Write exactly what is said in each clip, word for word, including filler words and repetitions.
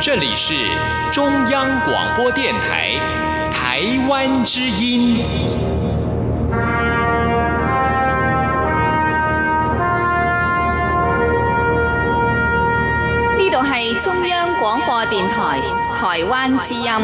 这里是中央广播电台台湾之音。 呢度係中央廣播電台台灣之音。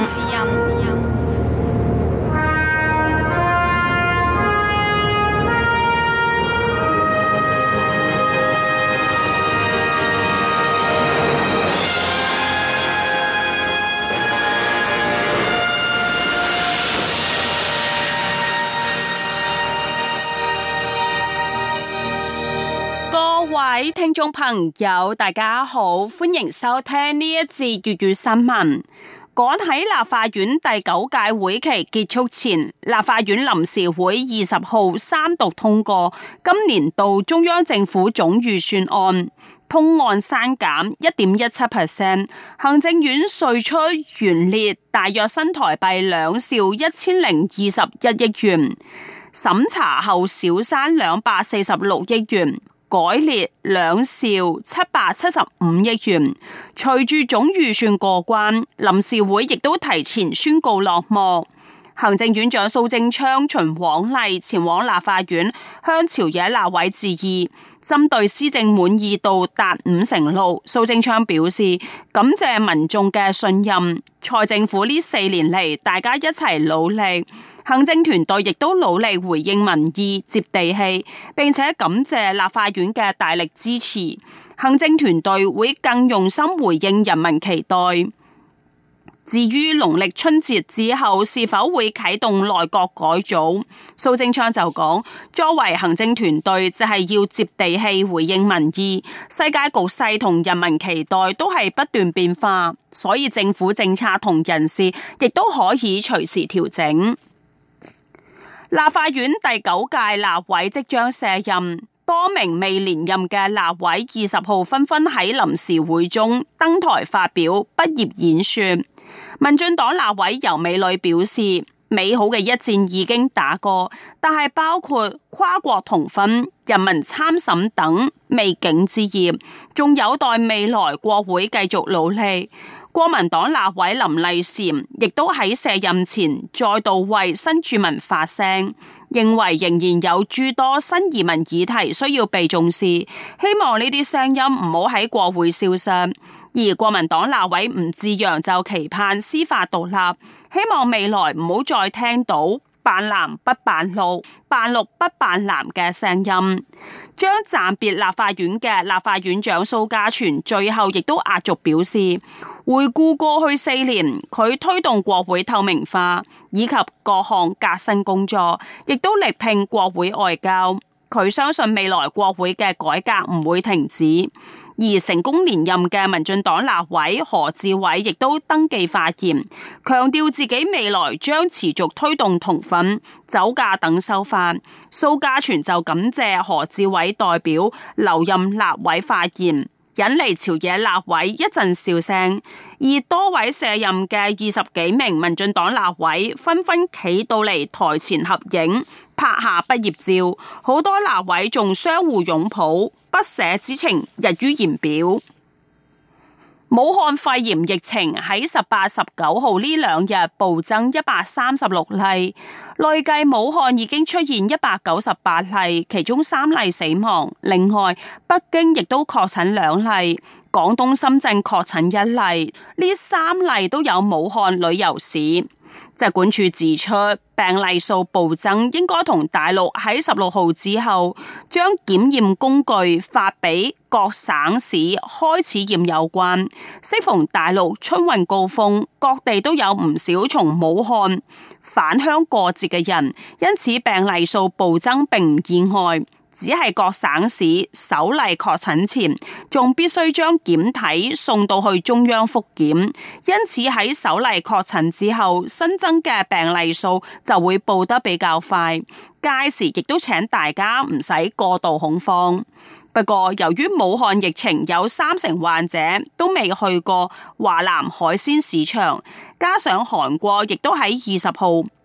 各位聽眾朋友，大家好，歡迎收聽呢一節粵語新聞。趕喺立法院第九屆會期結束前，立法院臨時會二十號三讀通過今年度中央政府總預算案，通案刪減一點一七 percent， 行政院稅出原列大約新台幣兩兆一千零二十一億元，審查後小刪兩百四十六億元。改列兩兆七百七十五億元，隨住總預算過關，臨時會亦都提前宣告落幕。行政院長蘇貞昌循往例前往立法院向朝野立委致意，針對施政滿意度達五成六，蘇貞昌表示感謝民眾嘅信任，蔡政府呢四年嚟大家一齊努力，行政團隊亦都努力回應民意，接地氣，並且感謝立法院嘅大力支持，行政團隊會更用心回應人民期待。至於農曆春節之後是否會啟動內閣改組，蘇貞昌就講，作為行政團隊就係要接地氣回應民意，世界局勢同人民期待都係不斷變化，所以政府政策同人事亦都可以隨時調整。立法院第九屆立委即將卸任，多名未連任嘅立委二十號紛紛喺臨時會中登台發表畢業演說。民進黨立委游美女表示，美好嘅一戰已經打過，但係包括跨國同婚、人民參審等未竟之業，仲有待未來國會繼續努力。國民黨立委林麗嬋亦都喺卸任前再度為新住民發聲，認為仍然有諸多新移民議題需要被重視，希望呢啲聲音唔好喺國會消失。而國民黨立委吳志揚就期盼司法獨立，希望未來唔好再聽到扮藍不扮綠、扮綠不扮藍嘅聲音。將暫別立法院嘅立法院長蘇嘉全最後亦都壓軸表示，回顧過去四年，佢推動國會透明化以及各項革新工作，亦都力拼國會外交。佢相信未來國會嘅改革唔會停止。而成功連任嘅民進黨立委何志偉亦都登記發言，強調自己未來將持續推動同婚、酒駕等修法。蘇嘉全就感謝何志偉代表留任立委發言，引嚟朝野立委一陣笑聲，而多位卸任嘅二十幾名民進黨立委紛紛企到嚟台前合影，拍下畢業照，好多立委仲相互擁抱，不捨之情溢於言表。武漢肺炎疫情喺十八、十九號呢兩日暴增一百三十六例，累計武漢已經出現一百九十八例，其中三例死亡。另外，北京亦都確診兩例，廣東深圳確診一例，呢三例都有武漢旅遊史。疾管署指出，病例數暴增應該同大陸喺十六號之後將檢驗工具發俾各省市開始驗有關。適逢大陸春運高峰，各地都有唔少從武漢返鄉過節嘅人，因此病例數暴增並唔意外。只係各省市首例確診前，仲必須將檢體送到去中央複檢，因此喺首例確診之後，新增嘅病例數就會報得比較快。屆時亦都請大家唔使過度恐慌。不過，由於武漢疫情有三成患者都未去過華南海鮮市場，加上韓國亦都喺二十號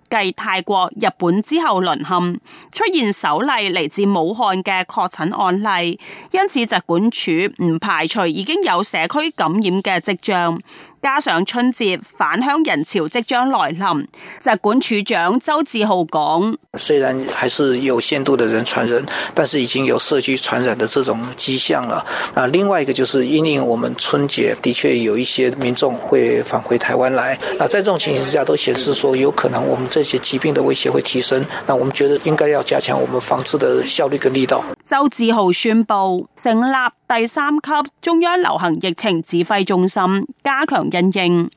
繼泰國、日本之後淪陷，出現首例嚟自武漢嘅確診案例，因此疾管署唔排除已經有社區感染嘅跡象。加上春節返鄉人潮即將來臨，疾管署長周志浩講： 雖然還是有限度的人傳人，但是已經有社區傳染的這種跡象了。啊，另外一個就是因應我們春節的確有一些民眾會返回台灣來，那在這種情形之下，都顯示說有可能我們這些疾病的威脅會提升。那我們覺得應該要加強我們防治的效率跟力道。 周志浩宣布成立第三級中央流行疫情指揮中心，加強因應。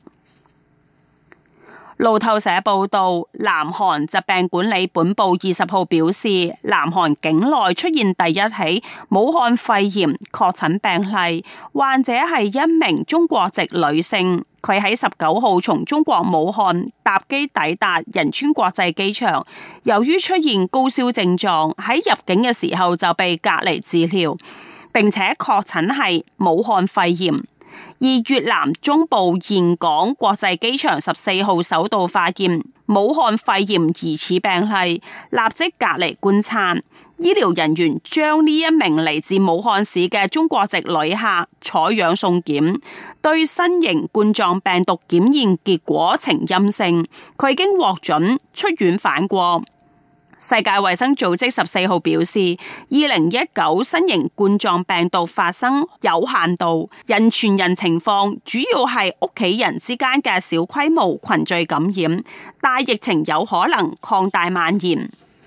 路透社報道，南韓疾病管理本部二十號表示，南韓境內出現第一起武漢肺炎確診病例，患者係一名中國籍女性。佢喺十九號從中國武漢搭機抵達仁川國際機場，由於出現高燒症狀，喺入境嘅時候就被隔離治療，並且確診係武漢肺炎。而越南中部峴港國際機場十四號首度發現武漢肺炎疑似病例，立即隔離觀察。醫療人員將呢一名嚟自武漢市嘅中國籍旅客採樣送檢，對新型冠狀病毒檢驗結果呈陰性，佢已經獲准出院返國。世界衛生組織十四號表示，二零一九新型冠狀病毒發生有限度，人傳人情況主要係屋企人之間嘅小規模群聚感染，但疫情有可能擴大蔓延。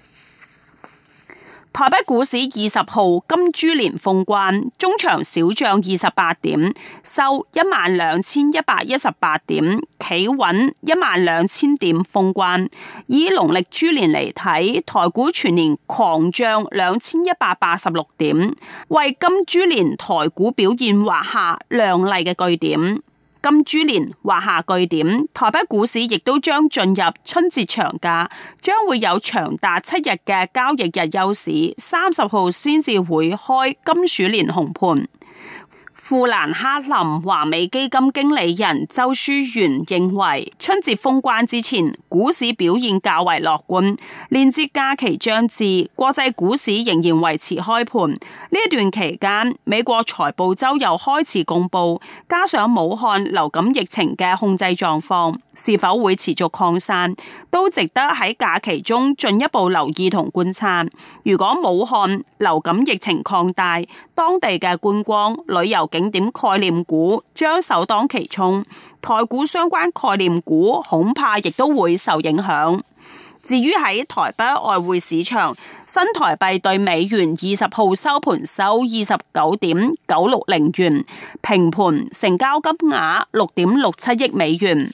台北股市二十號金豬年封關，中場小漲二十八點，收一萬兩千一百一十八點，企穩一萬兩千點封關。以農曆豬年嚟睇，台股全年狂漲兩千一百八十六點，為金豬年台股表現畫下亮麗嘅句點。金豬年畫下句點，台北股市亦都將進入春節長假，將會有長達七日嘅交易日休市，三十號先至會開金鼠年紅盤。富蘭克林華美基金經理人周書源認為，春節封關之前，股市表現較為樂觀。連接假期將至，國際股市仍然維持開盤。呢一段期間，美國財報周又開始公布，加上武漢流感疫情嘅控制狀況是否會持續擴散，都值得喺假期中進一步留意同觀察。如果武漢流感疫情擴大，當地嘅觀光旅遊景點概念股將首當其衝，台股相關概念股恐怕亦都會受影響。至於喺台北外匯市場，新台幣對美元二十號收盤收二十九點九六零元，平盤成交金額六點六七億美元。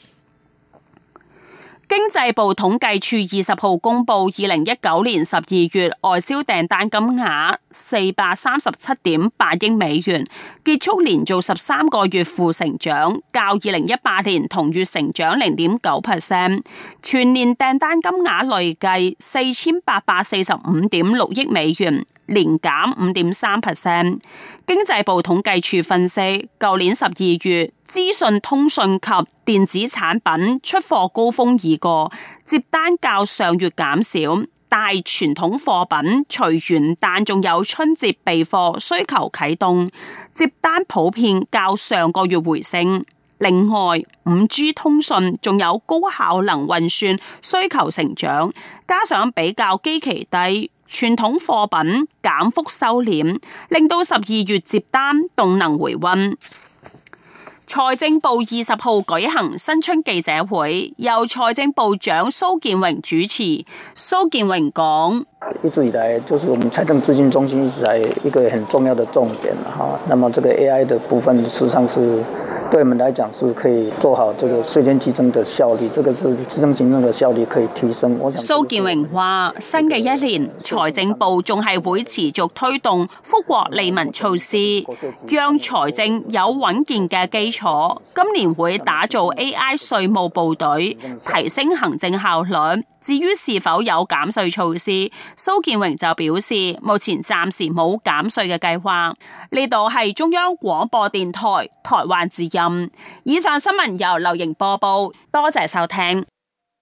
經濟部統計處二十號公布，二零一九年十二月外銷訂單金額四百三十七點八億美元，結束連續十三個月負成長，較二零一八年同月成長零點九 percent。全年訂單金額累計四千八百四十五點六億美元，年減五點三 percent。經濟部統計處分析，舊年十二月資訊通訊及電子產品出貨高峰已過，接單較上月減少，但係傳統貨品除元旦仲有春節備貨需求啟動，接單普遍較上個月回升。另外，五 G 通訊仲有高效能運算需求成長，加上比較基期低，傳統貨品減幅收斂，令到十二月接單動能回溫。財政部二十號舉行新春記者會，由財政部長蘇建榮主持。蘇建榮講： 一直以來，就是我們財政資金中心一直來一個很重要的重點哈。那麼這個 A I 的部分，事實上是對我們來講是可以做好這個稅捐稽徵的效率，這個是稽徵行政的效率可以提升。我想蘇建榮話：新嘅一年，財政部仲係會持續推動福國利民措施，讓財政有穩健嘅基礎。今年會打造 A I 稅務部隊，提升行政效率。至於是否有減稅措施，蘇建榮就表示，目前暫時冇減稅嘅計劃。呢度係中央廣播電台台灣之音。以上新聞由劉瑩播報，多謝收聽。